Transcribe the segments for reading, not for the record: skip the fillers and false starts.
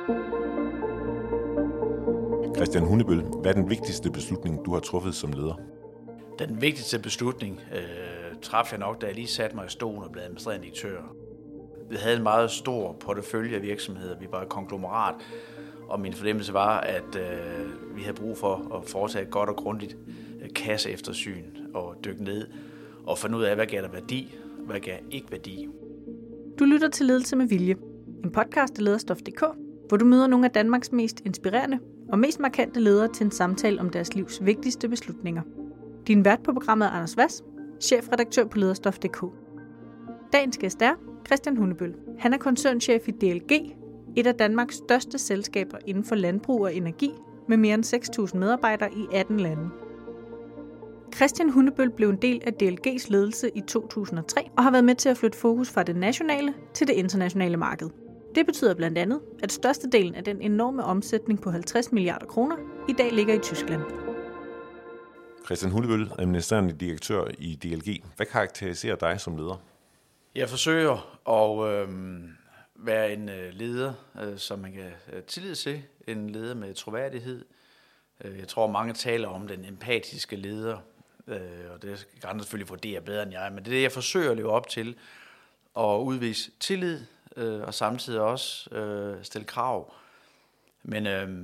Christian Hundebøl, hvad er den vigtigste beslutning, du har truffet som leder? Den vigtigste beslutning traf jeg nok, da jeg lige satte mig i stolen og blev administrerende direktør. Vi havde en meget stor portefølje af virksomheder. Vi var et konglomerat, og min fornemmelse var, at vi havde brug for at foretage et godt og grundigt kasseeftersyn og dykke ned og finde ud af, hvad gav der værdi, hvad gav ikke værdi. Du lytter til Ledelse med Vilje, en podcast af Lederstof.dk, hvor du møder nogle af Danmarks mest inspirerende og mest markante ledere til en samtale om deres livs vigtigste beslutninger. Din vært på programmet er Anders Vass, chefredaktør på Lederstof.dk. Dagens gæst er Christian Hundebøl. Han er koncernchef i DLG, et af Danmarks største selskaber inden for landbrug og energi, med mere end 6.000 medarbejdere i 18 lande. Christian Hundebøl blev en del af DLG's ledelse i 2003 og har været med til at flytte fokus fra det nationale til det internationale marked. Det betyder blandt andet, at størstedelen af den enorme omsætning på 50 milliarder kroner i dag ligger i Tyskland. Christian Hundebøl, administrerende direktør i DLG. Hvad karakteriserer dig som leder? Jeg forsøger at være en leder, som man kan tillid til. En leder med troværdighed. Jeg tror, mange taler om den empatiske leder, og det kan andre selvfølgelig vurdere bedre end jeg, men det er det, jeg forsøger at leve op til, at udvise tillid, og samtidig også stille krav. Men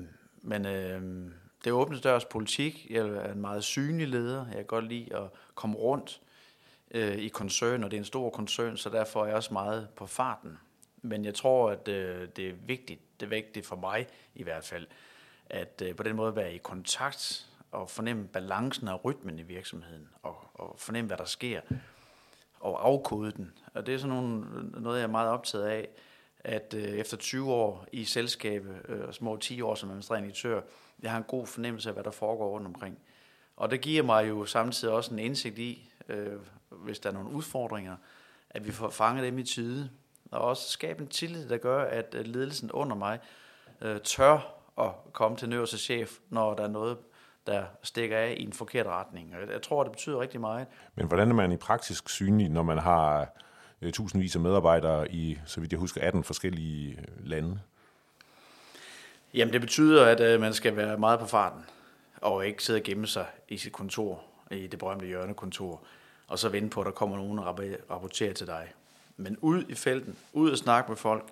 det er åbne dørs politik. Jeg er en meget synlig leder. Jeg kan godt lide at komme rundt i koncern, og det er en stor koncern, så derfor er jeg også meget på farten. Men jeg tror, at det er vigtigt for mig i hvert fald, at på den måde være i kontakt og fornemme balancen og rytmen i virksomheden, og fornemme, hvad der sker, og afkode den. Og det er sådan noget, jeg er meget optaget af, at efter 20 år i selskabet, og små 10 år som administrerende direktør, jeg har en god fornemmelse af, hvad der foregår rundt omkring. Og det giver mig jo samtidig også en indsigt i, hvis der er nogle udfordringer, at vi får fanget dem i tide, og også skabe en tillid, der gør, at ledelsen under mig tør at komme til den øverste chef, når der er noget, der stikker af i en forkert retning. Jeg tror, det betyder rigtig meget. Men hvordan er man i praktisk synlig, når man har tusindvis af medarbejdere i, så vidt jeg husker, 18 forskellige lande? Jamen, det betyder, at man skal være meget på farten, og ikke sidde og gemme sig i sit kontor, i det berømte hjørnekontor, og så vente på, at der kommer nogen og rapporterer til dig. Men ud i felten, ud og snakke med folk,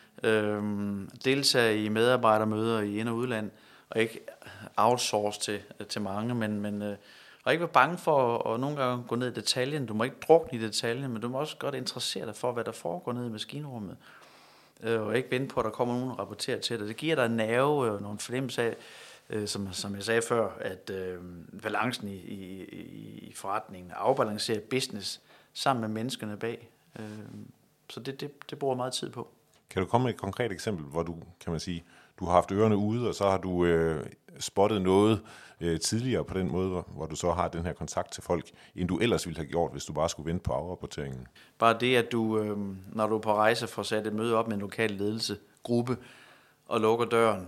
deltage i medarbejdermøder i ind- og udland, og ikke outsource til mange, men og ikke være bange for at nogle gange gå ned i detaljen. Du må ikke drukne i detaljen, men du må også godt interessere dig for, hvad der foregår nede i maskinrummet. Og ikke vente på, at der kommer nogen og rapporterer til dig. Det giver dig en nerve og nogle fornemmelse af, som jeg sagde før, at balancen i forretningen, afbalancerer business sammen med menneskerne bag. Så det bruger meget tid på. Kan du komme med et konkret eksempel, hvor du, kan man sige, du har haft ørerne ude, og så har du spottet noget tidligere på den måde, hvor du så har den her kontakt til folk, end du ellers ville have gjort, hvis du bare skulle vente på afrapporteringen? Bare det, at du, når du er på rejse, får sat et møde op med en lokal ledelsegruppe, og lukker døren,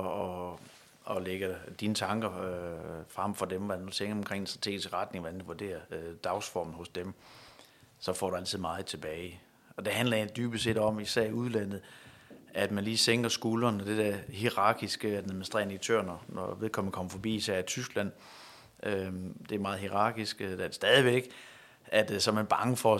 og lægger dine tanker frem for dem, hvad du tænker omkring en strategisk retning, hvordan du vurderer dagsformen hos dem, så får du altid meget tilbage. Og det handler dybest set om, især i udlandet, at man lige sænker skuldrene, det der hierarkiske administrerende direktør, når vedkommende kommer forbi, især i Tyskland. Det er meget hierarkisk, det er stadigvæk, at så er man bange for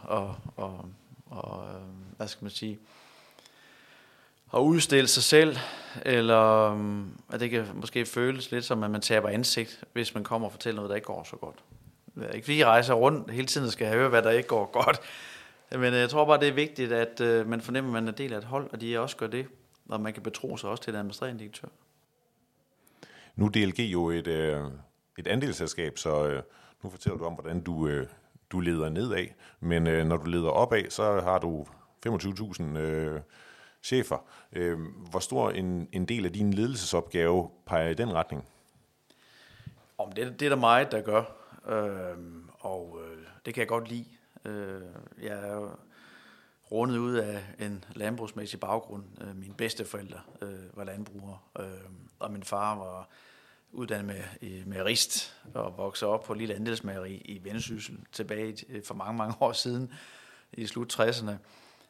hvad skal man sige, at udstille sig selv, eller at det kan måske føles lidt som, at man taber ansigt, hvis man kommer og fortæller noget, der ikke går så godt. Ikke fordi jeg rejser rundt hele tiden og skal høre, hvad der ikke går godt. Men jeg tror bare, det er vigtigt, at man fornemmer, at man er del af et hold, og de også gør det, og man kan betro sig også til en administrerende direktør. Nu er DLG jo et andelsselskab, så nu fortæller du om, hvordan du leder nedad. Men når du leder opad, så har du 25.000 chefer. Hvor stor en del af din ledelsesopgave peger i den retning? Det er der meget, der gør, og det kan jeg godt lide. Jeg er jo rundet ud af en landbrugsmæssig baggrund. Mine bedsteforældre var landbrugere, og min far var uddannet med rist og voksede op på et lille andelsmageri i Vendsyssel tilbage for mange, mange år siden, i slut 60'erne.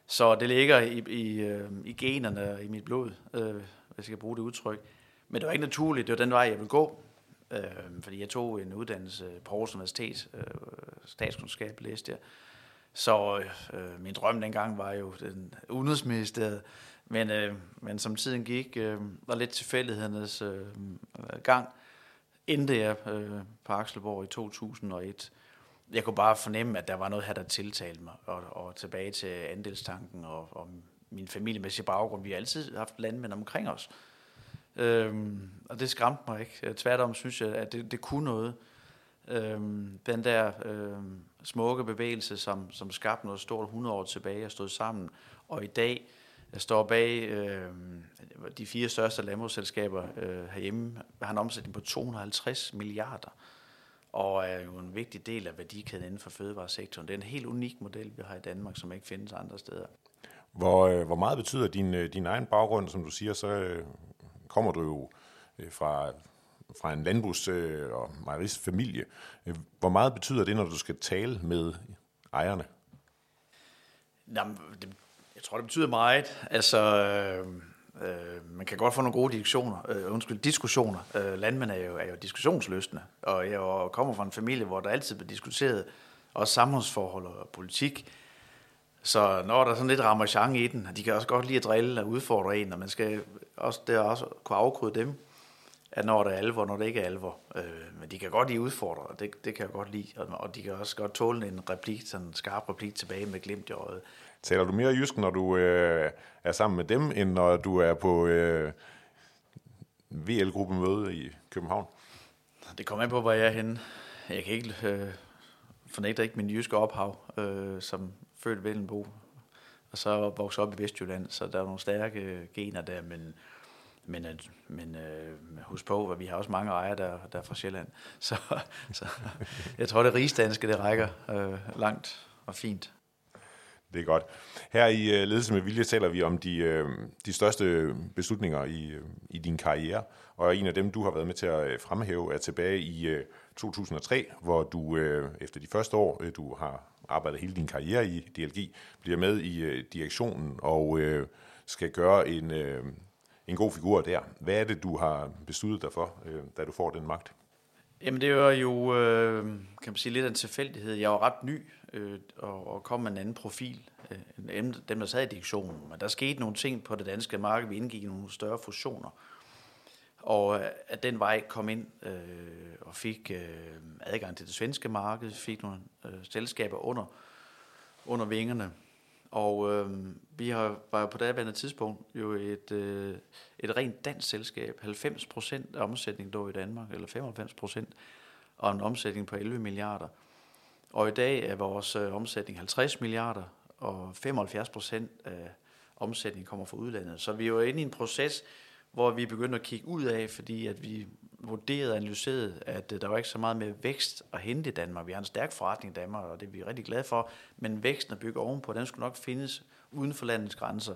Så det ligger i generne og i mit blod, hvis jeg kan bruge det udtryk. Men det var ikke naturligt, det var den vej, jeg ville gå. Fordi jeg tog en uddannelse på Aarhus Universitet, statskundskab læste jeg. Så min drøm dengang var jo den udenrigsministeriet. Men som tiden gik, var lidt tilfældighedernes gang, endte jeg på Akselborg i 2001. Jeg kunne bare fornemme, at der var noget her, der tiltalte mig, og tilbage til andelstanken og min familiemæssige baggrund. Vi har altid haft landmænd omkring os. Og det skræmte mig ikke. Tværtom synes jeg, at det kunne noget. Den der smukke bevægelse, som skabte noget stort 100 år tilbage og stod sammen. Og i dag jeg står bag de 4 største landbrugsselskaber herhjemme. Har en omsætning på 250 milliarder. Og er jo en vigtig del af værdikæden inden for fødevaresektoren. Det er en helt unik model, vi har i Danmark, som ikke findes andre steder. Hvor meget betyder din egen baggrund, som du siger, så kommer du jo fra en landbrugs- og mejerist familie. Hvor meget betyder det, når du skal tale med ejerne? Jamen, jeg tror, det betyder meget. Altså, man kan godt få nogle gode diskussioner. Landmænd er jo diskussionslystne, og jeg kommer fra en familie, hvor der altid bliver diskuteret også samfundsforhold og politik. Så når der sådan lidt ramachan i den, og de kan også godt lide at drille og udfordre en, og man skal også kunne afkrydde dem, at når der er alvor, når det ikke er alvor. Men de kan godt lide udfordre, og det kan jeg godt lide, og de kan også godt tåle en replik, sådan en skarp replik tilbage med glimt i øjet. Taler du mere jysk, når du er sammen med dem, end når du er på VL-gruppemøde i København? Det kommer an på, hvor jeg er henne. Jeg kan ikke fornægte ikke min jyske ophav, som født Vellenbo, og så vokset op i Vestjylland, så der er nogle stærke gener der, men husk på, at vi har også mange ejere, der er fra Sjælland. Så jeg tror, det rigsdanske, det rækker langt og fint. Det er godt. Her i Ledelse med Vilje taler vi om de største beslutninger i din karriere, og en af dem, du har været med til at fremhæve, er tilbage i 2003, hvor du efter de første år, du har arbejdet hele din karriere i DLG, bliver med i direktionen og skal gøre en god figur der. Hvad er det, du har besluttet dig for, da du får den magt? Jamen det var jo, kan man sige, lidt af en tilfældighed. Jeg var ret ny og kom med en anden profil end dem, der sad i direktionen. Men der skete nogle ting på det danske marked. Vi indgik i nogle større fusioner. Og at den vej kom ind og fik adgang til det svenske marked, fik nogle selskaber under vingerne. Og vi var på daværende tidspunkt jo et rent dansk selskab. 90% af omsætningen lå i Danmark, eller 95%, og en omsætning på 11 milliarder. Og i dag er vores omsætning 50 milliarder, og 75% af omsætningen kommer fra udlandet. Så vi er jo inde i en proces, hvor vi begyndte at kigge ud af, fordi at vi vurderede og analyserede, at der var ikke så meget mere vækst at hente i Danmark. Vi har en stærk forretning i Danmark, og det er vi rigtig glade for, men væksten at bygge ovenpå, den skulle nok findes uden for landets grænser.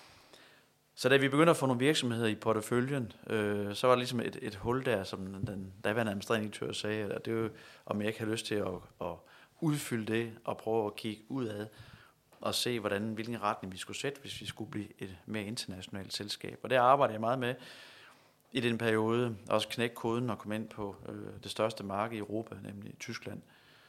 Så da vi begyndte at få nogle virksomheder i porteføljen, så var det ligesom et hul der, som den daværende administrerende direktør sagde, og det er jo, om jeg ikke har lyst til at udfylde det og prøve at kigge udad og se, hvilken retning vi skulle sætte, hvis vi skulle blive et mere internationalt selskab. Og det arbejder jeg meget med i den periode. Også knække koden og komme ind på det største marked i Europa, nemlig Tyskland.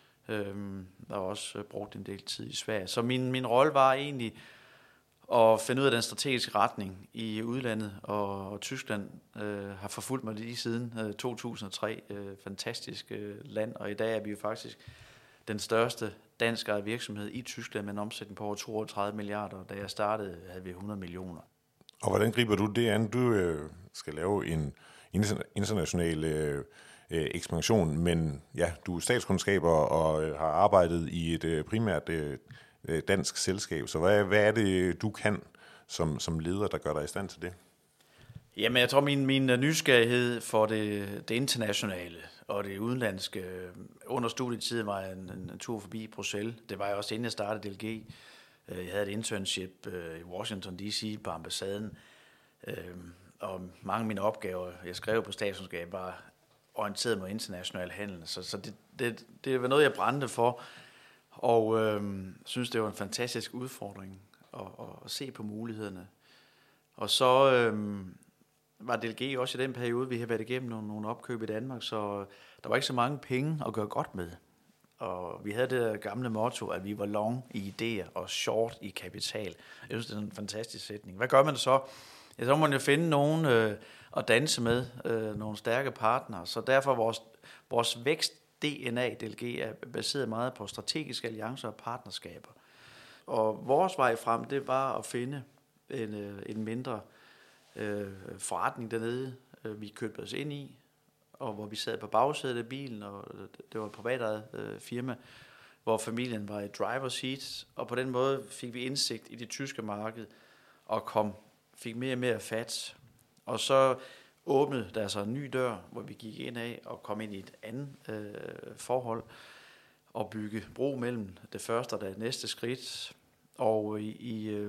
Og også brugt en del tid i Sverige. Så min rolle var egentlig at finde ud af den strategiske retning i udlandet, og Tyskland har forfulgt mig lige siden 2003. Fantastisk land, og i dag er vi jo faktisk den største danskejede virksomhed i Tyskland med en omsætning på over 32 milliarder. Da jeg startede, havde vi 100 millioner. Og hvordan griber du det an? Du skal lave en international ekspansion, men ja, du er statskundskaber og har arbejdet i et primært dansk selskab. Så hvad er det, du kan som leder, der gør dig i stand til det? Jamen, jeg tror, min nysgerrighed for det internationale og det udenlandske under studietiden var en tur forbi Bruxelles. Det var jeg også, inden jeg startede DLG. Jeg havde et internship i Washington D.C. på ambassaden. Og mange af mine opgaver, jeg skrev på statskundskab, var orienteret mod international handel. Så det var noget, jeg brændte for. Og synes, det var en fantastisk udfordring og se på mulighederne. Og så var DLG også i den periode, vi har været igennem nogle opkøb i Danmark, så der var ikke så mange penge at gøre godt med. Og vi havde det gamle motto, at vi var long i idéer og short i kapital. Jeg synes, det er en fantastisk sætning. Hvad gør man så? Ja, så må man jo finde nogen at danse med, nogle stærke partnere. Så derfor vores vækst-DNA i DLG er baseret meget på strategiske alliancer og partnerskaber. Og vores vej frem, det var at finde en mindre forretning dernede, vi købte os ind i, og hvor vi sad på bagsædet af bilen, og det var et privatejet firma, hvor familien var i driver's seat, og på den måde fik vi indsigt i det tyske marked, og fik mere og mere fat. Og så åbnede der sig en ny dør, hvor vi gik ind af og kom ind i et andet forhold, og bygge bro mellem det første og det næste skridt. Og i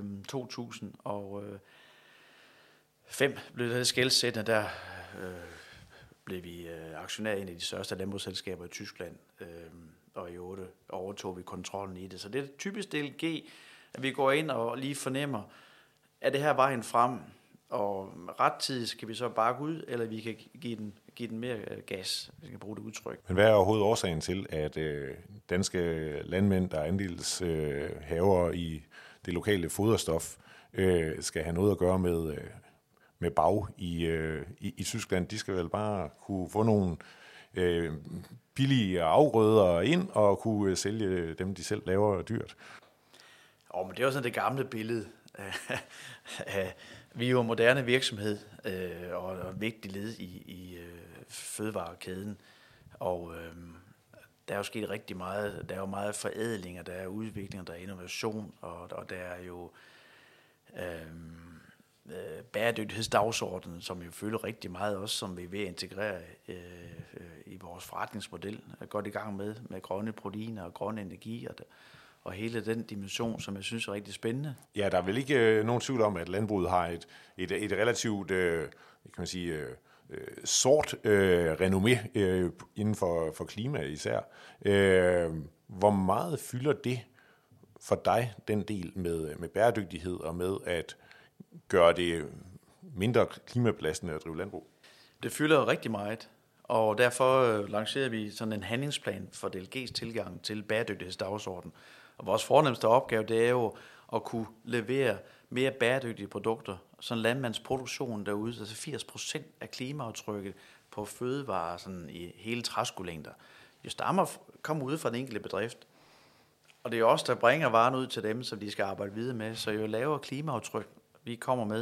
2005 blev det skelsættende, der blev vi aktionær i en af de største landbrugsselskaber i Tyskland, og i 8 overtog vi kontrollen i det. Så det er typisk DLG, at vi går ind og lige fornemmer, er det her vejen frem, og rettidigt skal vi så bakke ud, eller vi kan give den mere gas, hvis vi kan bruge det udtryk. Men hvad er overhovedet årsagen til, at danske landmænd, der er andelshaver i det lokale foderstof, skal have noget at gøre med bag i Tyskland? De skal vel bare kunne få nogle billige afgrøder ind og kunne sælge dem, de selv laver dyrt. Men det er jo sådan det gamle billede. Vi er jo en moderne virksomhed og et vigtigt led i fødevarekæden, og der er jo sket rigtig meget. Der er jo meget forædling, og der er udvikling, og der er innovation, og der er jo bæredygtighedsdagsordenen, som jo følger rigtig meget også, som vi er ved at integrere i vores forretningsmodel. Er godt i gang med grønne proteiner og grøn energi, og hele den dimension, som jeg synes er rigtig spændende. Ja, der er vel ikke nogen tvivl om, at landbruget har et relativt, kan man sige, sort renommé inden for klima især. Hvor meget fylder det for dig, den del med bæredygtighed og med at gøre det mindre klimabelastende at drive landbrug? Det fylder rigtig meget, og derfor lancerede vi sådan en handlingsplan for DLG's tilgang til bæredygtighedsdagsordenen. Og vores fornemmeste opgave, det er jo at kunne levere mere bæredygtige produkter, sådan landmandsproduktion derude, altså 80% af klimaaftrykket på fødevarer sådan i hele træskolængder. Jo stammer kommer ud fra den enkelte bedrift, og det er også der bringer varen ud til dem, som de skal arbejde videre med, så jo lavere klimaaftryk vi kommer med,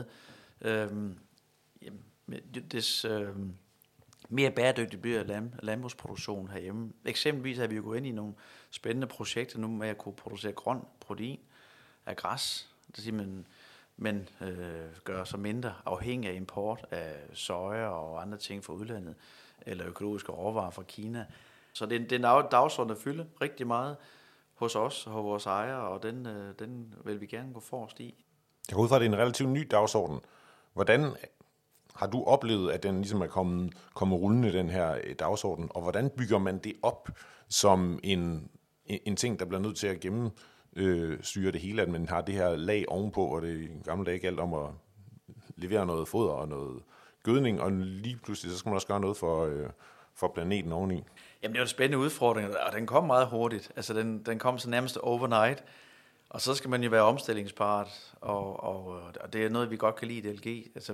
des mere bæredygtigt bliver landbrugsproduktion herhjemme. Eksempelvis har vi jo gået ind i nogle spændende projekter nu med at kunne producere grøn protein af græs. Det siger man gør sig mindre afhængig af import af soja og andre ting fra udlandet, eller økologiske råvarer fra Kina. Så det er en dagsorden, der fylder rigtig meget hos os og hos vores ejere, og den vil vi gerne gå forrest i. Jeg går ud fra, at det er en relativt ny dagsorden. Hvordan har du oplevet, at den ligesom er kommet rullende, den her dagsorden, og hvordan bygger man det op som en ting, der bliver nødt til at gennemstyre det hele, at man har det her lag ovenpå, hvor det i gamle dage galt om at levere noget foder og noget gødning, og lige pludselig så skal man også gøre noget for planeten oveni? Jamen det er jo en spændende udfordring, og den kom meget hurtigt. Altså den kom så nærmest overnight, og så skal man jo være omstillingsparat, og det er noget, vi godt kan lide i DLG. Altså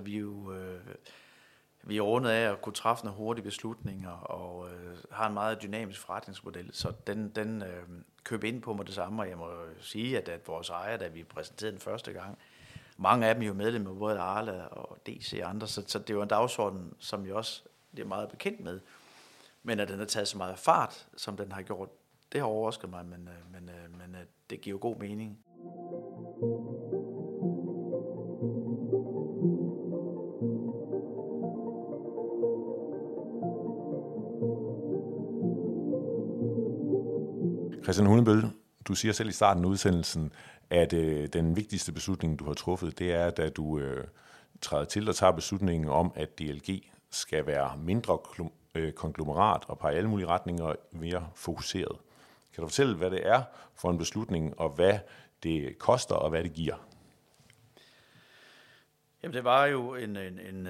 vi er rundet af at kunne træffe nogle hurtige beslutninger, og har en meget dynamisk forretningsmodel, så den køb ind på mig det samme, og jeg må sige, at vores ejere, da vi præsenterede den første gang, mange af dem er jo medlemmer af både Arla og DC og andre, så det er jo en dagsorden, som jeg også er meget bekendt med. Men at den har taget så meget fart, som den har gjort, det har overrasket mig, men det giver jo god mening. Christian Hundebøl, du siger selv i starten af udsendelsen, at den vigtigste beslutning, du har truffet, det er, at du træder til og tager beslutningen om, at DLG skal være mindre konglomerat og pege alle mulige retninger mere fokuseret. Kan du fortælle, hvad det er for en beslutning, og hvad det koster, og hvad det giver? Jamen, det var jo en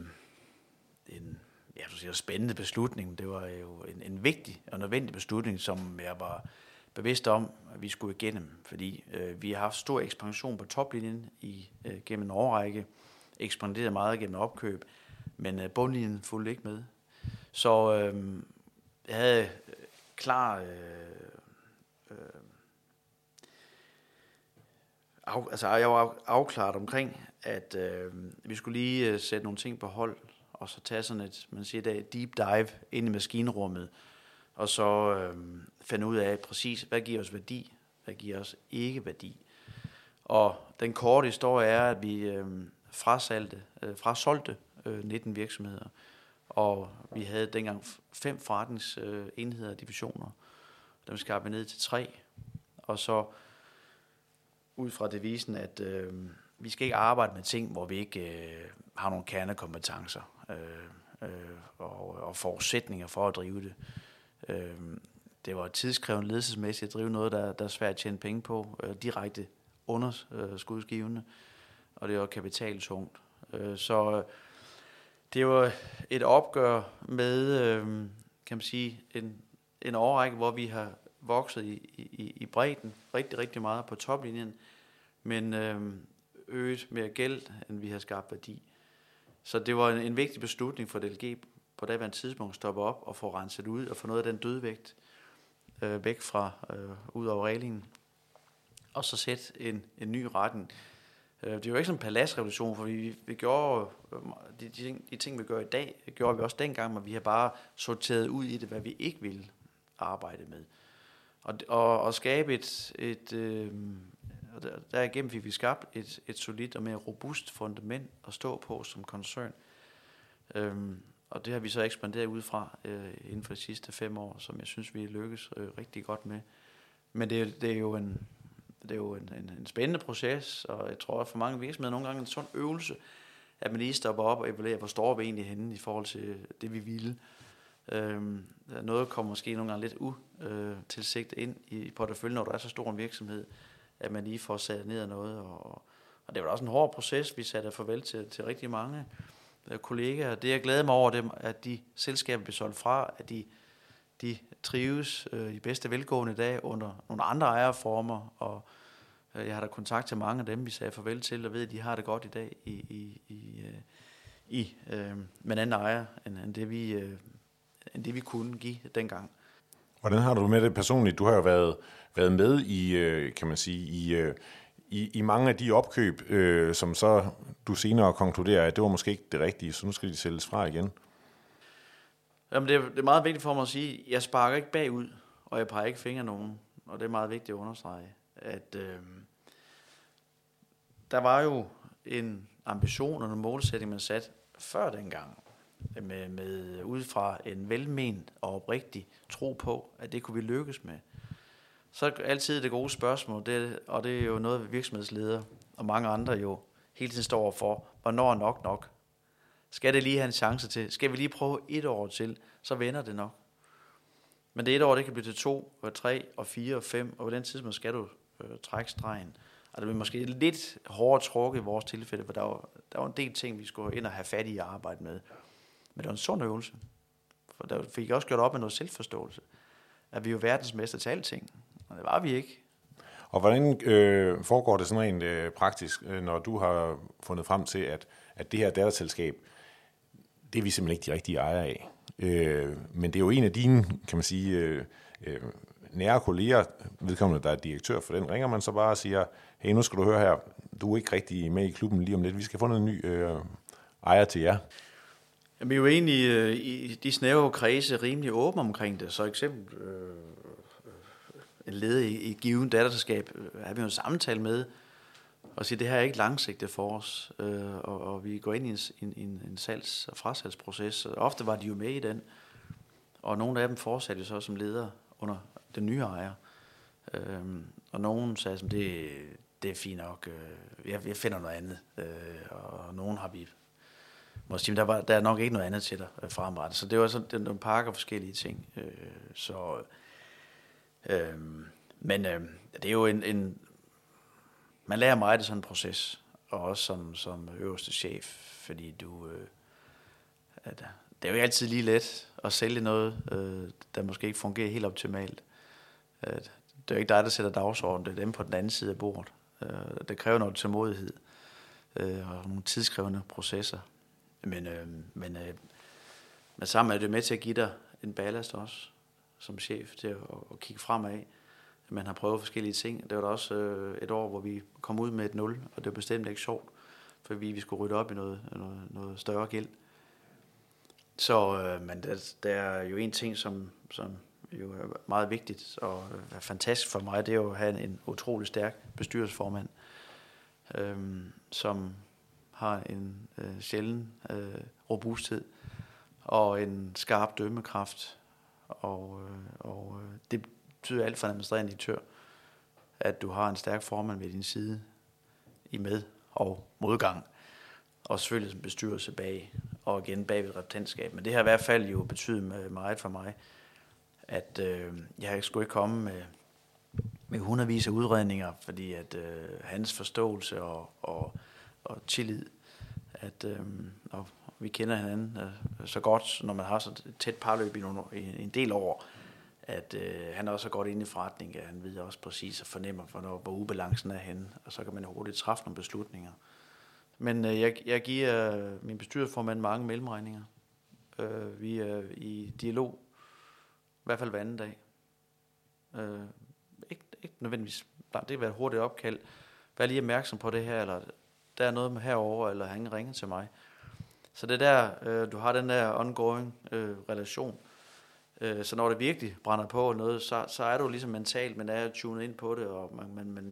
spændende beslutning. Det var jo en vigtig og nødvendig beslutning, som jeg var bevidst om, at vi skulle igennem. Fordi vi har haft stor ekspansion på toplinjen gennem en årrække. Ekspanderet meget gennem opkøb, men bundlinjen fulgte ikke med. Så jeg havde klar... jeg var afklaret omkring, at vi skulle lige sætte nogle ting på hold, og så tage sådan et, man siger det, deep dive ind i maskinrummet, og så finde ud af præcis, hvad giver os værdi, hvad giver os ikke værdi. Og den korte historie er, at vi frasolgte 19 virksomheder, og vi havde dengang 5 forretningsenheder og divisioner. Dem skar vi ned til 3, og så ud fra devisen, at vi skal ikke arbejde med ting, hvor vi ikke har nogle kernekompetencer og forudsætninger for at drive det. Det var tidskrævende ledelsesmæssigt at drive noget, der er svært at tjene penge på, direkte underskudsgivende, og det var kapitaltungt. Så det var et opgør med, kan man sige, en årrække, hvor vi har vokset i bredden rigtig, rigtig meget på toplinjen, men øget mere gæld, end vi har skabt værdi. Så det var en vigtig beslutning for DLG på daværende tidspunkt at stoppe op og få renset ud og få noget af den dødvægt væk fra ud over reglingen, og så sætte en ny retning. Det er jo ikke sådan en paladsrevolution, for vi gjorde de ting, vi gør i dag, gjorde vi også dengang, men vi har bare sorteret ud i det, hvad vi ikke ville arbejde med. Og skabe derigennem fik vi skabt et solidt og mere robust fundament at stå på som koncern. Og det har vi så ekspanderet ud fra inden for de sidste 5 år, som jeg synes, vi lykkes rigtig godt med. Men det er jo en spændende proces, og jeg tror, at for mange virksomheder nogle gange en sådan øvelse, at man lige stopper op og evaluerer, hvor står vi egentlig henne i forhold til det, vi ville. Noget kommer måske nogle gange lidt utilsigtet ind i porteføljen, når der er så stor en virksomhed, at man lige får sat ned af noget. Og det var også en hård proces. Vi satte farvel til rigtig mange kollegaer. Det jeg glæder mig over dem, at de selskaber bliver solgt fra, at de trives i bedste velgående i dag under nogle andre ejerformer, og jeg har da kontakt til mange af dem, vi sagde farvel til, og ved, at de har det godt i dag med en anden ejer, end det vi kunne give dengang. Hvordan har du med det personligt? Du har jo været med i, kan man sige, i mange af de opkøb, som så du senere konkluderer, at det var måske ikke det rigtige, så nu skal de sælges fra igen. Jamen, det er meget vigtigt for mig at sige, at jeg sparker ikke bagud, og jeg peger ikke fingre nogen, og det er meget vigtigt at understrege, at der var jo en ambition og en målsætning, man satte før dengang, med ud fra en velment og oprigtig tro på, at det kunne vi lykkes med. Så er altid det gode spørgsmål, og det er jo noget, virksomhedsledere og mange andre jo hele tiden står for, hvornår er nok? Skal det lige have en chance til? Skal vi lige prøve 1 år til? Så vender det nok. Men det 1 år, det kan blive til 2, 3, 4 og 5, og på den tidspunkt skal du trække stregen. Og det bliver måske lidt hårdere trukket i vores tilfælde, for der var en del ting, vi skulle ind og have fat i at arbejde med. Men det var en sund øvelse. For der fik også gjort op med noget selvforståelse. At vi er jo verdensmester til alting. Og det var vi ikke. Og hvordan foregår det sådan rent praktisk, når du har fundet frem til, at det her datterselskab, det er vi simpelthen ikke de rigtige ejere af. Men det er jo en af dine, kan man sige, nære kolleger, vedkommende, der er direktør for den, ringer man så bare og siger, hey, nu skal du høre her, du er ikke rigtig med i klubben lige om lidt, vi skal få en ny ejer til jer. Jamen, vi er jo egentlig i de snævre kredse rimelig åbne omkring det. Så eksempel en leder i et givet datterselskab har vi jo en samtale med, og siger, det her er ikke langsigtet for os, og vi går ind i en salgs- og frasalgsproces. Ofte var de jo med i den, og nogle af dem fortsatte jo så som leder under den nye ejer. Og nogen sagde, at det er fint nok, jeg finder noget andet, og nogen har vi måske sige, der er nok ikke noget andet til dig fremrettet. Så det var sådan en pakke af forskellige ting. Men det er jo man lærer meget af sådan en proces. og også som øverste chef, fordi det er jo ikke altid lige let at sælge noget, der måske ikke fungerer helt optimalt. Det er jo ikke dig, der sætter dagsordenen, det er dem på den anden side af bordet. Det kræver noget tålmodighed og nogle tidskrævende processer. Men sammen er det med til at give dig en ballast også, som chef, til at kigge fremad. Man har prøvet forskellige ting. Det var da også et år, hvor vi kom ud med et 0, og det var bestemt ikke sjovt, fordi vi skulle rydde op i noget større gæld. Så men der er jo en ting, som jo er meget vigtigt og er fantastisk for mig, det er jo at have en utrolig stærk bestyrelsesformand, som har en sjælden robusthed og en skarp dømmekraft. Og det betyder alt for en administrerende direktør, at du har en stærk formand ved din side i med- og modgang. Og selvfølgelig som bestyrelse bag, og igen bag ved repræsentantskab. Men det har i hvert fald jo betydet meget for mig, at jeg skulle ikke komme med hundredvis af udredninger, fordi at hans forståelse og tillid, at og vi kender hinanden så godt, når man har så tæt parløb i en del år, at han er også så godt inde i forretning, at han ved også præcis og fornemmer, hvor ubalancen er henne, og så kan man hurtigt træffe nogle beslutninger. Men jeg giver min bestyrelsesformand mange mellemregninger. Vi er i dialog, i hvert fald hver anden dag. Ikke nødvendigvis, det kan være et hurtigt opkald. Vær lige opmærksom på det her, eller der er noget med herover, eller han ringer til mig. Så det der, du har den der ongoing relation. Så når det virkelig brænder på noget, så er du ligesom mentalt, men er tunet ind på det, og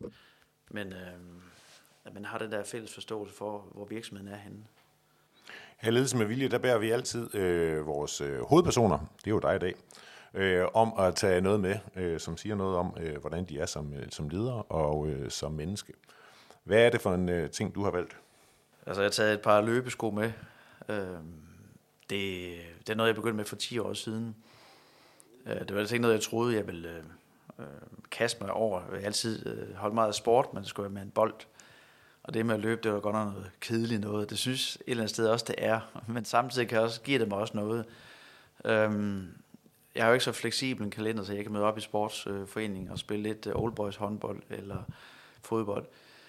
man har den der fælles forståelse for, hvor virksomheden er henne. Her i Ledelse med Vilje, der bærer vi altid vores hovedpersoner, det er jo dig i dag, om at tage noget med, som siger noget om, hvordan de er som ledere og som menneske. Hvad er det for en ting, du har valgt? Altså, jeg har taget et par løbesko med. Det er noget, jeg begyndte med for 10 år siden. Det var altså ikke noget, jeg troede, jeg ville kaste mig over. Jeg har altid holdt meget af sport, men det skulle være med en bold. Og det med at løbe, det var godt nok noget kedeligt noget. Det synes et eller andet sted også, det er. Men samtidig giver det mig også noget. Jeg har jo ikke så fleksibel en kalender, så jeg kan møde op i sportsforeningen og spille lidt old boys håndbold eller fodbold.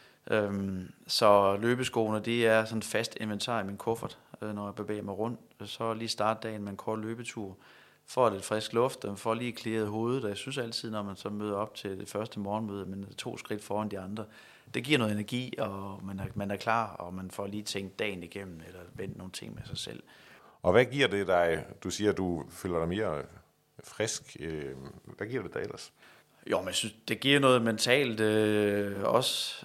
Så løbeskoene, det er sådan fast inventar i min kuffert, når jeg bevæger mig rundt. Så lige starte dagen med en kort løbetur. For lidt frisk luft, og for lige clearet hovedet. Og jeg synes altid, når man så møder op til det første morgenmøde, men 2 skridt foran de andre, det giver noget energi, og man er klar, og man får lige tænkt dagen igennem, eller vendt nogle ting med sig selv. Og hvad giver det dig? Du siger, at du føler dig mere frisk. Hvad giver det dig ellers? Jo, men jeg synes, det giver noget mentalt også.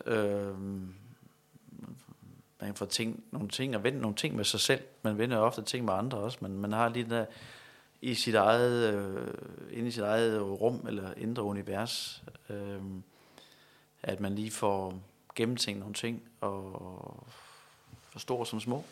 Man kan få nogle ting og vende nogle ting med sig selv. Man vender ofte ting med andre også, men man har lige der inde i sit eget rum eller indre univers, at man lige får gennemtænkt nogle ting, og for store som små.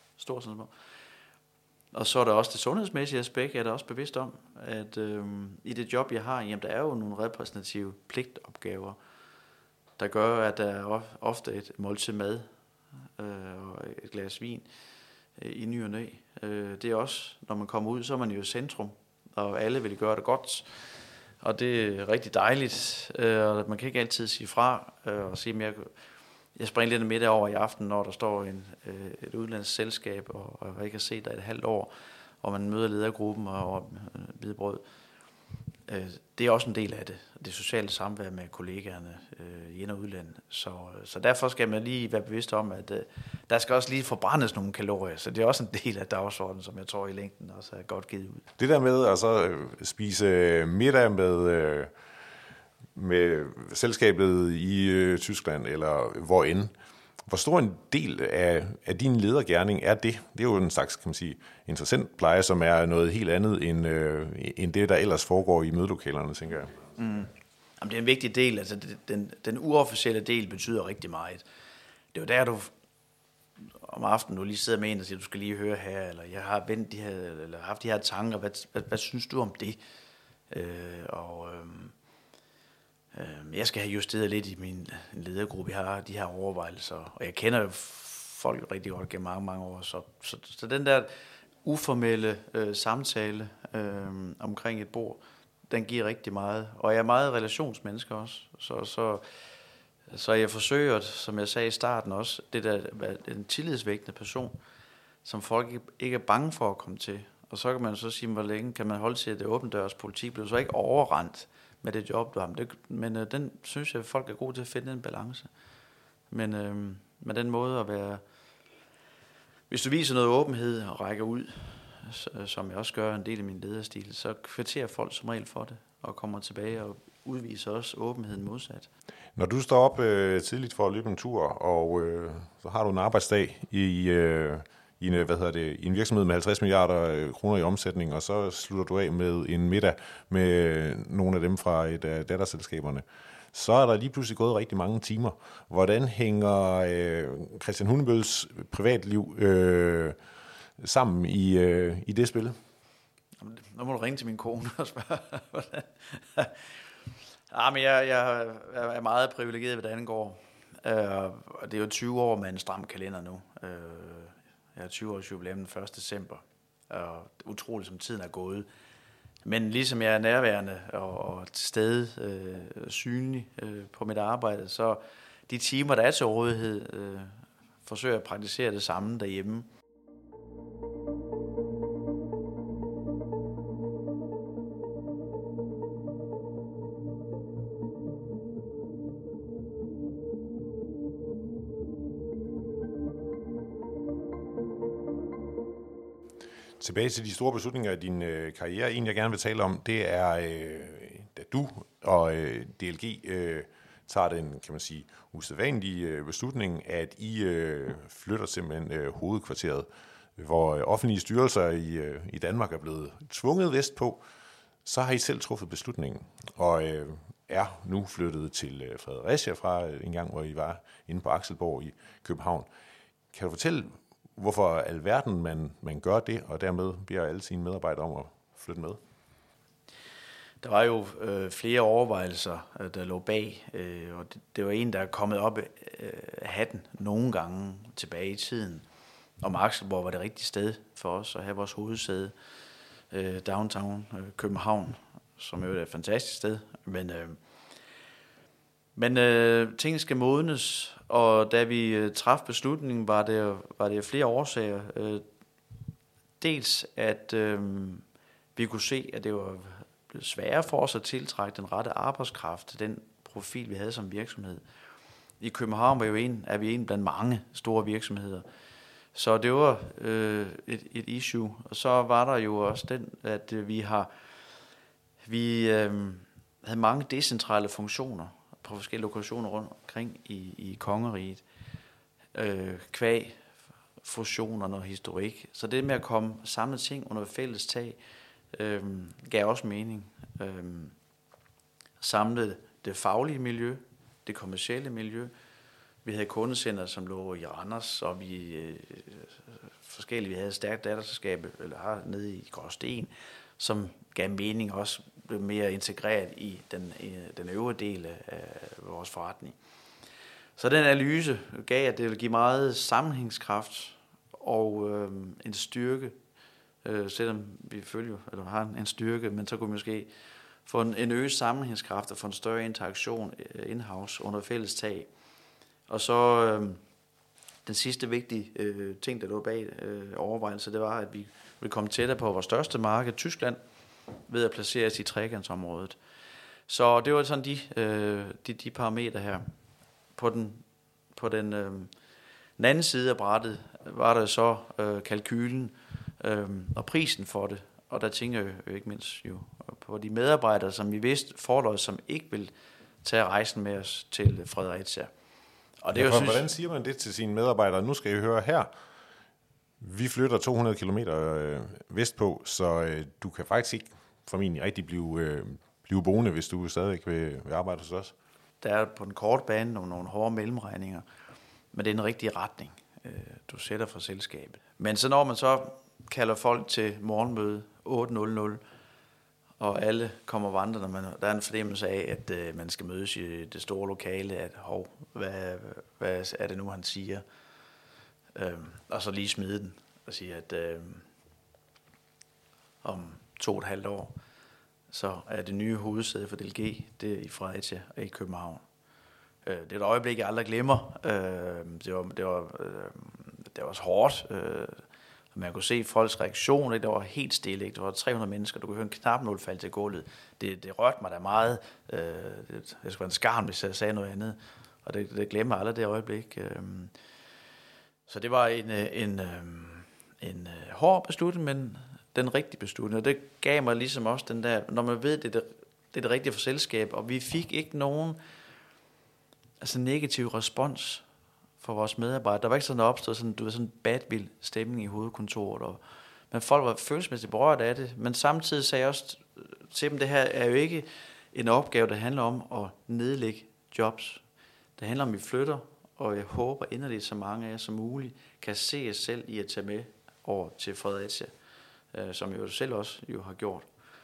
Og så er der også det sundhedsmæssige aspekt, jeg er da også bevidst om, at i det job, jeg har, jamen, der er jo nogle repræsentative pligtopgaver, der gør, at der er ofte et måltid mad og et glas vin i ny og næ. Det er også, når man kommer ud, så er man jo i centrum, og alle vil gøre det godt. Og det er rigtig dejligt, og man kan ikke altid sige fra og sige, at jeg springer lidt midt over i aften, når der står et udenlandsk selskab, og jeg ikke har set dig et halvt år, og man møder ledergruppen og hvidebrød. Det er også en del af det sociale samvær med kollegaerne i ind- og udlandet. Så derfor skal man lige være bevidst om, at der skal også lige forbrændes nogle kalorier. Så det er også en del af dagsordenen, som jeg tror i længden også er godt givet ud. Det der med at så spise middag med selskabet i Tyskland, eller hvorend, hvor stor en del af din ledergerning er det? Det er jo en slags, kan man sige, interessant pleje, som er noget helt andet end det, der ellers foregår i mødelokalerne, tænker jeg. Jamen, det er en vigtig del. Altså, den uofficielle del betyder rigtig meget. Det er jo der, du om aftenen, du lige sidder med en og siger, du skal lige høre her, eller jeg har vendt de her, eller haft de her tanker, hvad synes du om det? Jeg skal have justeret lidt i min ledergruppe. Jeg har de her overvejelser, og jeg kender jo folk rigtig godt gennem mange, mange år. Så den der uformelle samtale omkring et bord, den giver rigtig meget. Og jeg er meget relationsmenneske også. Så jeg forsøger, som jeg sagde i starten også, det der en tillidsvækkende person, som folk ikke er bange for at komme til. Og så kan man så sige, hvor længe kan man holde til, at det åbne dørs politik bliver så ikke overrendt med det job, du har. Men den synes jeg, at folk er gode til at finde en balance. Men med den måde at være... Hvis du viser noget åbenhed og rækker ud, som jeg også gør en del i min lederstil, så kvitterer folk som regel for det, og kommer tilbage og udviser også åbenheden modsat. Når du står op tidligt for at løbe en tur, og så har du en arbejdsdag i en virksomhed med 50 milliarder kroner i omsætning, og så slutter du af med en middag med nogle af dem fra et af datterselskaberne, så er der lige pludselig gået rigtig mange timer. Hvordan hænger Christian Hundebøls privatliv sammen i det spil? Nu må du ringe til min kone og spørge, hvordan. Men jeg er meget privilegeret, hvad det angår. Det er jo 20 år med en stram kalender nu. Jeg har 20 års jubilæum den 1. december. Og utroligt, som tiden er gået. Men ligesom jeg er nærværende og til stede synlig på mit arbejde, så de timer, der er til rådighed, forsøger jeg at praktisere det samme derhjemme. Tilbage til de store beslutninger i din karriere. En, jeg gerne vil tale om, det er, da du og DLG tager den, kan man sige, usædvanlige beslutning, at I flytter simpelthen hovedkvarteret, hvor offentlige styrelser i Danmark er blevet tvunget vestpå. Så har I selv truffet beslutningen, og er nu flyttet til Fredericia fra en gang, hvor I var inde på Akselborg i København. Kan du fortælle, hvorfor alverden man gør det, og dermed beder alle sine medarbejdere om at flytte med? Der var jo flere overvejelser, der lå bag, og det var en, der er kommet op af hatten nogle gange tilbage i tiden. Om Akselborg var det rigtige sted for os at have vores hovedsæde, downtown København, som jo er et fantastisk sted. Men tingene skal modnes, og da vi traf beslutningen, var det flere årsager. Dels at vi kunne se, at det var blevet sværere for os at tiltrække den rette arbejdskraft, den profil, vi havde som virksomhed. I København er vi en blandt mange store virksomheder. Så det var et issue. Og så var der jo også den, at vi havde mange decentrale funktioner på forskellige lokationer rundt omkring i kongeriget, kvæg, fusioner og historik. Så det med at komme samlet ting under fælles tag, gav også mening. Samle det faglige miljø, det kommercielle miljø. Vi havde kundecenter, som lå i Randers, og vi forskellige, vi havde et stærkt datterselskab, eller har nede i Gråsten, som gav mening også blev mere integreret i den øvrige del af vores forretning. Så den analyse gav, at det ville give meget sammenhængskraft og en styrke, selvom vi har en styrke, men så kunne vi måske få en øget sammenhængskraft og få en større interaktion in-house under fælles tag. Og så den sidste vigtige ting, der lå bag overvejelse, det var, at vi ville komme tættere på vores største marked, Tyskland, ved at placere os i trekantsområdet. Så det var sådan de parametre her. På den anden side af brættet var der så kalkylen og prisen for det. Og der tænker jeg jo ikke mindst jo på de medarbejdere, som vi vidste forløs, som ikke vil tage rejsen med os til Fredericia. Og det hvordan siger man det til sine medarbejdere? Nu skal I høre her. Vi flytter 200 kilometer vestpå, så du kan faktisk ikke formentlig rigtig blive boende, hvis du stadig vil arbejde hos os. Der er på den korte bane nogle hårde mellemregninger, men det er en rigtig retning, du sætter for selskabet. Men så når man så kalder folk til morgenmøde 8.00, og alle kommer vandrende, men der er en fornemmelse af, at man skal mødes i det store lokale, at hvad er det nu, han siger? Og så lige smide den og sige, at om 2,5 år, så er det nye hovedsæde for DLG, det er i Fredericia og i København. Det er et øjeblik, jeg aldrig glemmer. Det var også hårdt. Man kunne se folks reaktion, ikke? Der var helt stille, ikke? Der var 300 mennesker, du kunne høre en knapnål falde til gulvet. Det rørte mig da meget. Jeg skulle være en skarn, hvis jeg sagde noget andet. Og det glemmer jeg aldrig, det øjeblik. Så det var en hård beslutning, men den rigtige beslutning. Og det gav mig ligesom også den der, når man ved, det er det rigtige for selskab, og vi fik ikke nogen negativ respons for vores medarbejdere. Der var ikke sådan opstået sådan en badvild stemning i hovedkontoret, men folk var følelsesmæssigt berørt af det, men samtidig sagde jeg også til dem, det her er jo ikke en opgave, der handler om at nedlægge jobs. Det handler om, at vi flytter, og jeg håber inderligt, så mange af jer som muligt kan se jer selv i at tage med over til Fredericia, som jo selv også har gjort.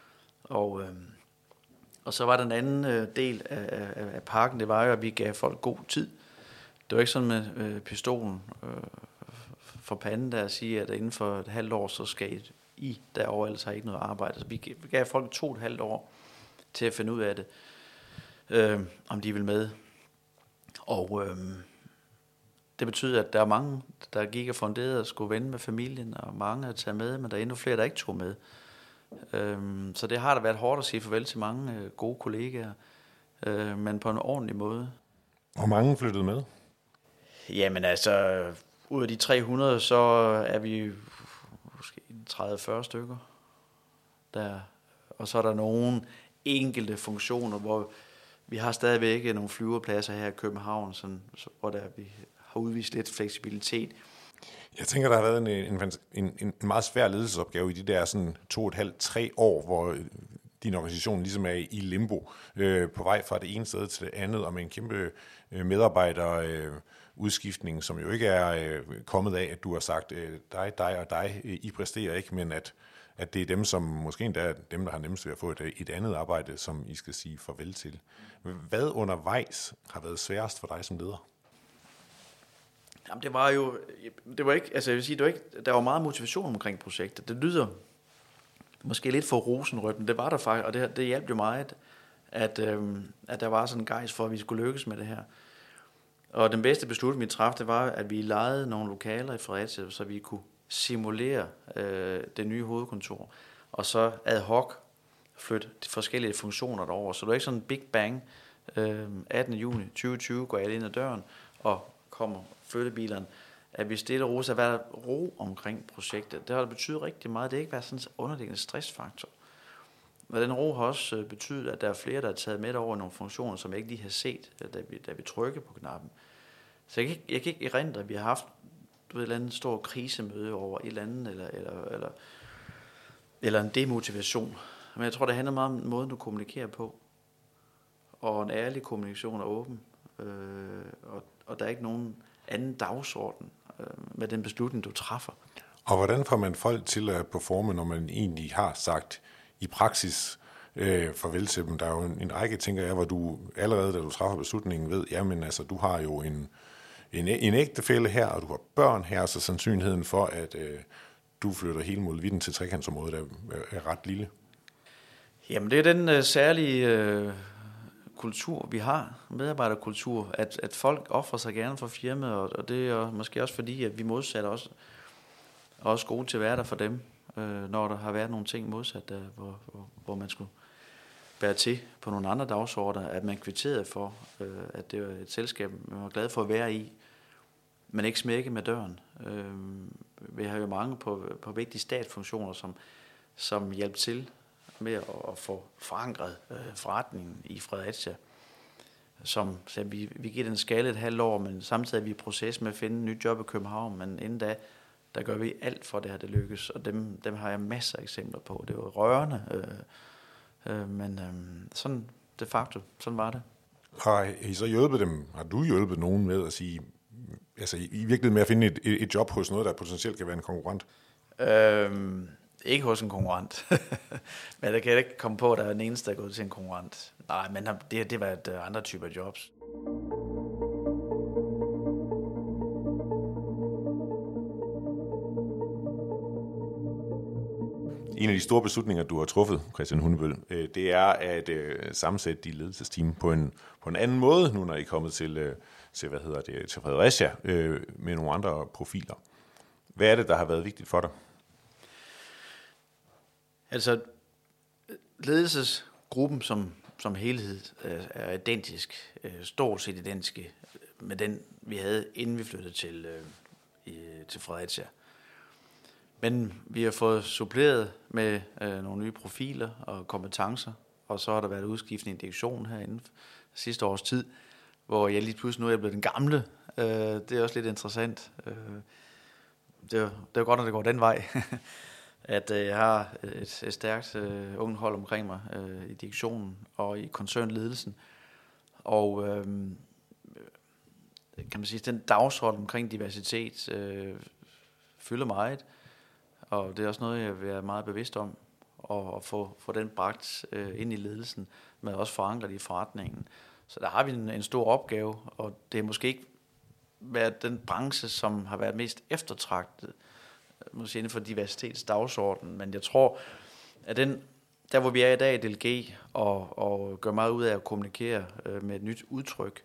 Og så var den anden del af pakken, det var jo, at vi gav folk god tid. Det var ikke sådan med pistolen for panden, der at sige, at inden for et halvt år, så skal I derovre, ellers har I ikke noget arbejde. Så vi gav folk 2,5 år til at finde ud af det, om de vil med. Og det betyder, at der er mange, der gik og funderede og skulle vende med familien, og mange at tage med, men der er endnu flere, der ikke tog med. Så det har da været hårdt at sige farvel til mange gode kollegaer, men på en ordentlig måde. Hvor mange flyttede med? Jamen altså, ud af de 300, så er vi måske 30-40 stykker. Og så er der nogle enkelte funktioner, hvor vi har stadigvæk nogle flyverpladser her i København, hvor vi har udvist lidt fleksibilitet. Jeg tænker, der har været en meget svær ledelsesopgave i de der sådan 2,5-3 år, hvor din organisation ligesom er i limbo, på vej fra det ene sted til det andet, og med en kæmpe medarbejderudskiftning, som jo ikke er kommet af, at du har sagt, dig og dig, I præsterer ikke, men at det er dem, som måske endda er dem, der har nemmest ved at få et andet arbejde, som I skal sige farvel til. Hvad undervejs har været sværest for dig som leder? Jamen, det var ikke, altså jeg vil sige, der var meget motivation omkring projektet. Det lyder måske lidt for rosenrødt, det var der faktisk, og det hjalp jo meget, at der var sådan en gejst for, at vi skulle lykkes med det her. Og den bedste beslutning, vi traf, det var, at vi lejede nogle lokaler i Fredericia, så vi kunne simulere det nye hovedkontor, og så ad hoc flytte de forskellige funktioner derover. Så det var ikke sådan en big bang. 18. juni 2020 går alle ind ad døren, og kommer flyttebilerne, at vi stille og roligt har været ro omkring projektet. Det har betydet rigtig meget. Det har ikke været sådan en underliggende stressfaktor. Og den ro har også betydet, at der er flere, der har taget med over nogle funktioner, som jeg ikke lige har set, da vi trykker på knappen. Så jeg kan ikke erindre, at vi har haft et eller andet stor krisemøde over et eller andet, eller en demotivation. Men jeg tror, det handler meget om måden, du kommunikerer på. Og en ærlig kommunikation er åben. Og der er ikke nogen anden dagsorden med den beslutning, du træffer. Og hvordan får man folk til at performe, når man egentlig har sagt i praksis farvel til dem? Der er jo en række, tænker jeg, hvor du allerede, da du træffer beslutningen, ved, jamen altså, du har jo en ægtefælle her, og du har børn her, så sandsynligheden for, at du flytter hele målvidden til trekantsområdet er ret lille. Jamen, det er den særlige kultur, vi har, medarbejderkultur, at folk offrer sig gerne for firmaet, og det er måske også fordi, at vi modsat også gode til at være der for dem, når der har været nogle ting modsat, hvor man skulle bære til på nogle andre dagsordner, at man kvitterede for, at det var et selskab, man var glad for at være i, men ikke smække med døren. Vi har jo mange på vigtige statsfunktioner, som hjalp til med at få forankret forretningen i Fredericia. Så vi giver den skala et halvt år, men samtidig er vi i proces med at finde en ny job i København, men inden da, der gør vi alt for det her, det lykkes, og dem har jeg masser af eksempler på. Det var rørende, men sådan de facto, sådan var det. Har I så hjulpet dem? Har du hjulpet nogen med at sige, altså i virkeligheden med at finde et job hos noget, der potentielt kan være en konkurrent? Ikke hos en konkurrent. Men der kan jeg ikke komme på, at der er den eneste, der er gået til en konkurrent. Nej, men det var andre typer jobs. En af de store beslutninger, du har truffet, Christian Hundebøl, det er at sammensætte de ledelsesteam på en anden måde, nu når I er kommet til Fredericia med nogle andre profiler. Hvad er det, der har været vigtigt for dig? Altså, ledelsesgruppen som helhed er identisk, stort set identiske med den, vi havde, inden vi flyttede til Fredericia. Men vi har fået suppleret med nogle nye profiler og kompetencer, og så har der været udskiftning i direktionen her inden sidste års tid, hvor jeg lige pludselig nu er blevet den gamle. Det er også lidt interessant. Det er godt, når det går den vej, at jeg har et stærkt ungt hold omkring mig i direktionen og i koncernledelsen. Og kan man sige, den dagsorden omkring diversitet fylder meget. Og det er også noget, jeg vil være meget bevidst om, at få den bragt ind i ledelsen, men også forankret i forretningen. Så der har vi en stor opgave, og det er måske ikke været den branche, som har været mest eftertragtet, måske inden for diversitetsdagsordenen, men jeg tror, at der hvor vi er i dag i DLG, og gør meget ud af at kommunikere med et nyt udtryk,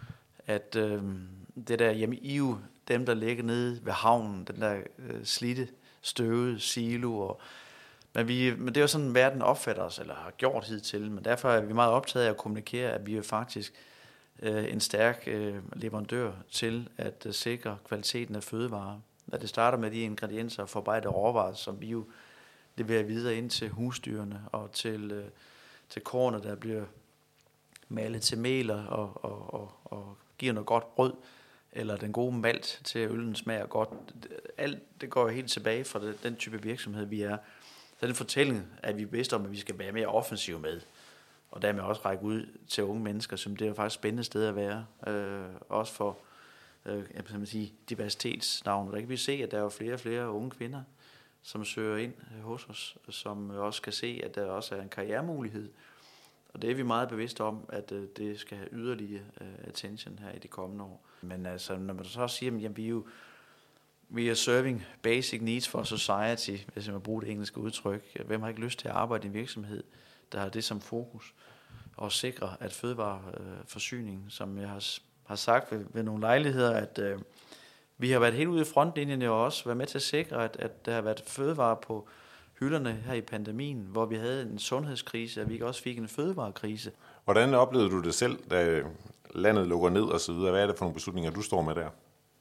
at det der, jamen I jo dem, der ligger nede ved havnen, den der slidte, støvede silo, men det er jo sådan, verden opfatter os, eller har gjort hidtil, men derfor er vi meget optaget af at kommunikere, at vi er faktisk en stærk leverandør til at sikre kvaliteten af fødevarer. At det starter med de ingredienser og forarbejdede råvarer, som vi jo leverer videre ind til husdyrene og til kornet, der bliver malet til mel og giver noget godt brød, eller den gode malt til, at øllen smager godt. Alt det går jo helt tilbage fra den type virksomhed, vi er. Så den fortælling, at vi er bevidste om, at vi skal være mere offensive med, og dermed også række ud til unge mennesker, som det er jo faktisk et spændende sted at være, også for diversitetsnavn. Der kan vi se, at der er jo flere og flere unge kvinder, som søger ind hos os, som også kan se, at der også er en karrieremulighed. Og det er vi meget bevidste om, at det skal have yderligere attention her i de kommende år. Men altså, når man så siger, at vi er serving basic needs for society, hvis man bruger det engelske udtryk. Hvem har ikke lyst til at arbejde i en virksomhed, der har det som fokus, og sikre, at fødevareforsyning, som jeg har sagt ved nogle lejligheder, at vi har været helt ude i frontlinjen og også været med til at sikre, at der har været fødevarer på hylderne her i pandemien, hvor vi havde en sundhedskrise, og vi også fik en fødevarekrise. Hvordan oplevede du det selv, da landet lukker ned og så videre? Hvad er det for nogle beslutninger, du står med der?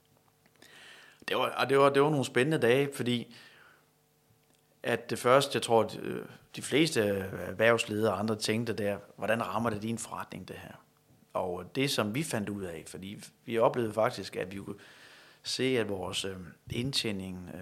Det var nogle spændende dage, fordi at det første, jeg tror, de fleste erhvervsledere og andre tænkte der, hvordan rammer det din forretning, det her? Og det, som vi fandt ud af, fordi vi oplevede faktisk, at vi kunne se, at vores indtjening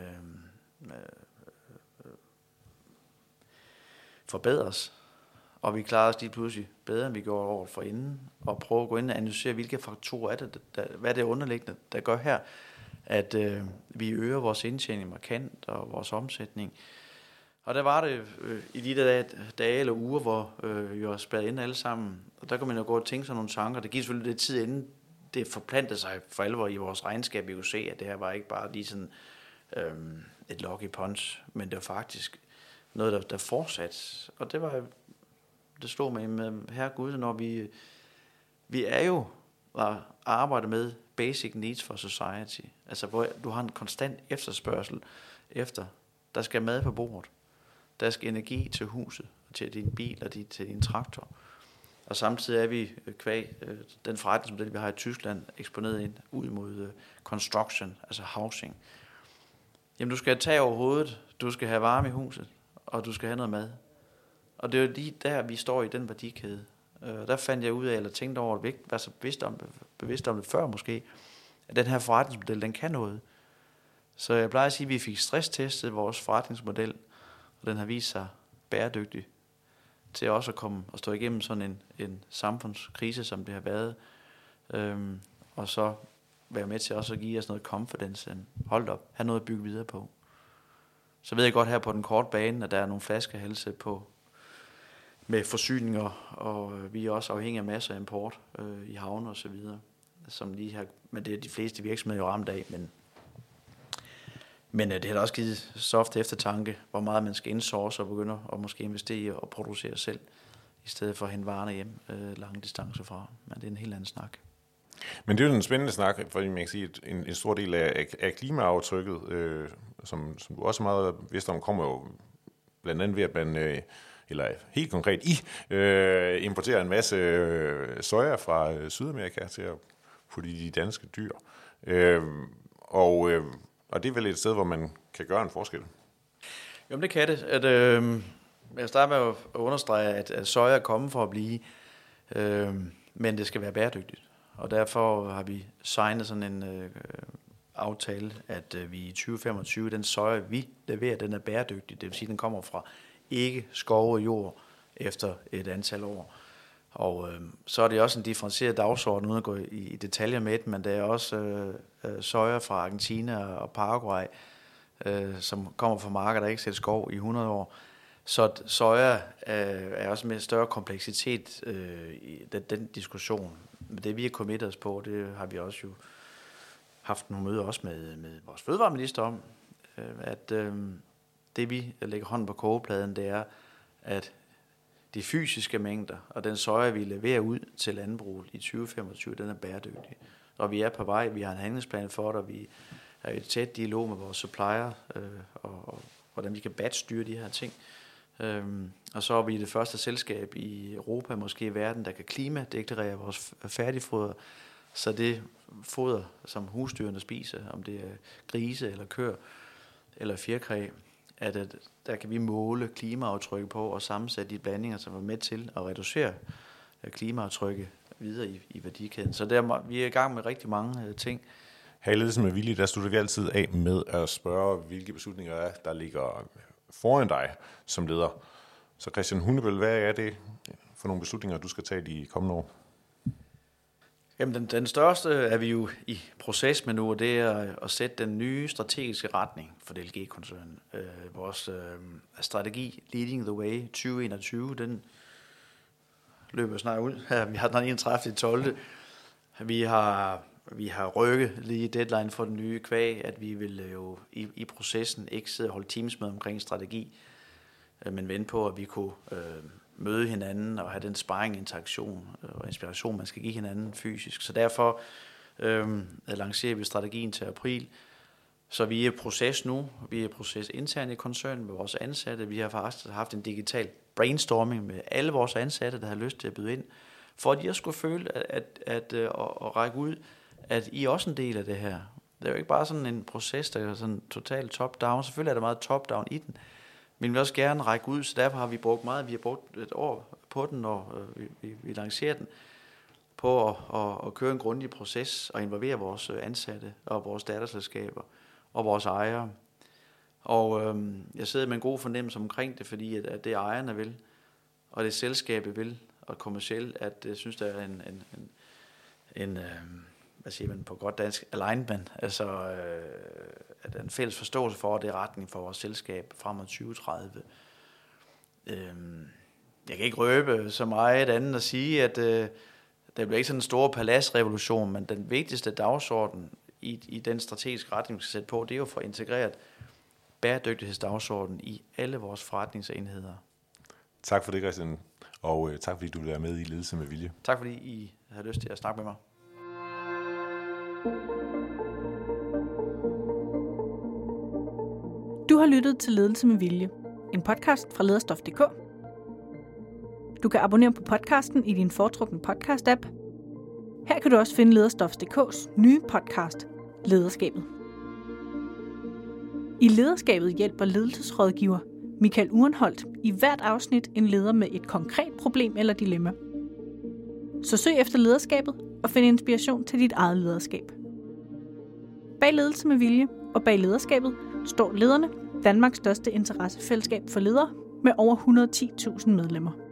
forbedres, og vi klarer os lige pludselig bedre, end vi gjorde året forinden, og prøve at gå ind og analysere, hvilke faktorer er det, hvad er det underliggende, der gør her, at vi øger vores indtjening markant og vores omsætning. Og der var det i de der dage eller uger, hvor vi var spærret inde alle sammen, og der kan man jo gå og tænke sig nogle tanker. Det gik selvfølgelig lidt tid inden det forplantede sig for alvor i vores regnskab. Vi kunne se, at det her var ikke bare lige sådan et lucky punch, men det var faktisk noget, der fortsatte. Og det slog mig med, herre Gud, når vi er jo at arbejde med basic needs for society. Altså, hvor du har en konstant efterspørgsel efter, der skal mad på bordet, der skal energi til huset, til din bil og til din traktor. Og samtidig er vi kvæg den forretningsmodel, vi har i Tyskland, eksponeret ind ud mod construction, altså housing. Jamen, du skal have tag over hovedet, du skal have varme i huset, og du skal have noget mad. Og det er jo lige der, vi står i den værdikæde. Der fandt jeg ud af, eller tænkte over, at være så bevidst om det før måske, at den her forretningsmodel, den kan noget. Så jeg plejer at sige, at vi fik stresstestet vores forretningsmodel, og den har vist sig bæredygtig til også at komme og stå igennem sådan en samfundskrise, som det har været. Og så være med til også at give os noget confidence. Hold op, have noget at bygge videre på. Så ved jeg godt her på den korte bane, at der er nogle flaskehalse med forsyninger, og vi er også afhængige af masser af import i havne og så videre, som lige her, men det er de fleste virksomheder jo ramt af, men det har da også givet soft eftertanke, hvor meget man skal indsource og begynde at måske investere i og producere selv, i stedet for at hente varerne hjem lange distancer fra. Men det er en helt anden snak. Men det er jo en spændende snak, fordi man kan sige, at en stor del af klimaaftrykket, som du også meget vidst om, kommer jo blandt andet ved, at man, eller helt konkret importerer en masse soja fra Sydamerika til at putte i de danske dyr. Og det er vel et sted, hvor man kan gøre en forskel? Jamen det kan det. Jeg starter med at understrege, at soja er kommet for at blive, men det skal være bæredygtigt. Og derfor har vi signet sådan en aftale, at vi i 2025, den soja, vi leverer, den er bæredygtig. Det vil sige, at den kommer fra ikke skovet jord efter et antal år. Og så er det også en differentieret dagsorden, uden at gå i detaljer med den, men der er også soja fra Argentina og Paraguay, som kommer fra marker, der ikke sætter skov i 100 år. Så soja er også med større kompleksitet i den diskussion. Men det vi har committet os på, det har vi også jo haft nogle møder også med vores fødevareminister om, at det vi lægger hånden på kogepladen, det er, at de fysiske mængder og den soja, vi leverer ud til landbruget i 2025, den er bæredygtig. Og vi er på vej, vi har en handlingsplan for det, og vi er i tæt dialog med vores supplier, og hvordan vi kan batchstyre de her ting. Og så er vi det første selskab i Europa, måske i verden, der kan klimadeklarere vores færdigfoder, så det foder, som husdyrene spiser, om det er grise eller køer eller fjerkræ, at der kan vi måle klimaaftrykket på og sammensætte de blandinger, som er med til at reducere klimaaftrykket videre i værdikæden. Så vi er i gang med rigtig mange ting. Her i Ledelsen med Vilje, der slutter vi altid af med at spørge, hvilke beslutninger der ligger foran dig som leder. Så Christian Hundebøl, hvad er det for nogle beslutninger, du skal tage de kommende år? Jamen, den største er vi jo i proces med nu, og det er at sætte den nye strategiske retning for DLG-koncernen. Vores strategi Leading the Way 2021, den løber snart ud. Vi har den 31.12. Vi har rykket lige deadline for den nye kvæg, at vi vil jo i processen ikke sidde og holde teamsmøde omkring strategi, men vente på, at vi kunne møde hinanden og have den sparring, interaktion og inspiration, man skal give hinanden fysisk. Så derfor lancerer vi strategien til april. Så vi er i proces nu. Vi er i proces internt i koncernen med vores ansatte. Vi har faktisk haft en digital brainstorming med alle vores ansatte, der har lyst til at byde ind, for at de også skulle føle at række ud, at I er også en del af det her. Det er jo ikke bare sådan en proces, der er sådan totalt top-down. Selvfølgelig er der meget top-down i den, men vi vil også gerne række ud, så derfor har vi brugt meget. Vi har brugt et år på den, og vi lancerer den på at køre en grundig proces og involvere vores ansatte og vores datterselskaber og vores ejere. Og jeg sidder med en god fornemmelse omkring det, fordi at det ejerne vil, og det selskabet vil, og kommercielt, at jeg synes, der er en hvad siger man på godt dansk, alignment, altså at en fælles forståelse for, at det er retning for vores selskab frem mod 2030. Jeg kan ikke røbe så meget andet at sige, at der bliver ikke sådan en stor paladsrevolution, men den vigtigste dagsorden i den strategiske retning, vi skal sætte på, det er jo for integreret bæredygtighedsdagsorden i alle vores forretningsenheder. Tak for det, Christian, og tak fordi du vil være med i Ledelse med Vilje. Tak fordi I har lyst til at snakke med mig. Du har lyttet til Ledelse med Vilje, en podcast fra lederstof.dk. Du kan abonnere på podcasten i din foretrukne podcast-app. Her kan du også finde Lederstof.dk's nye podcast, Lederskabet. I Lederskabet hjælper ledelsesrådgiver Michael Urenholdt i hvert afsnit en leder med et konkret problem eller dilemma. Så søg efter lederskabet og find inspiration til dit eget lederskab. Bag Ledelse med Vilje og bag lederskabet står lederne, Danmarks største interessefællesskab for ledere med over 110.000 medlemmer.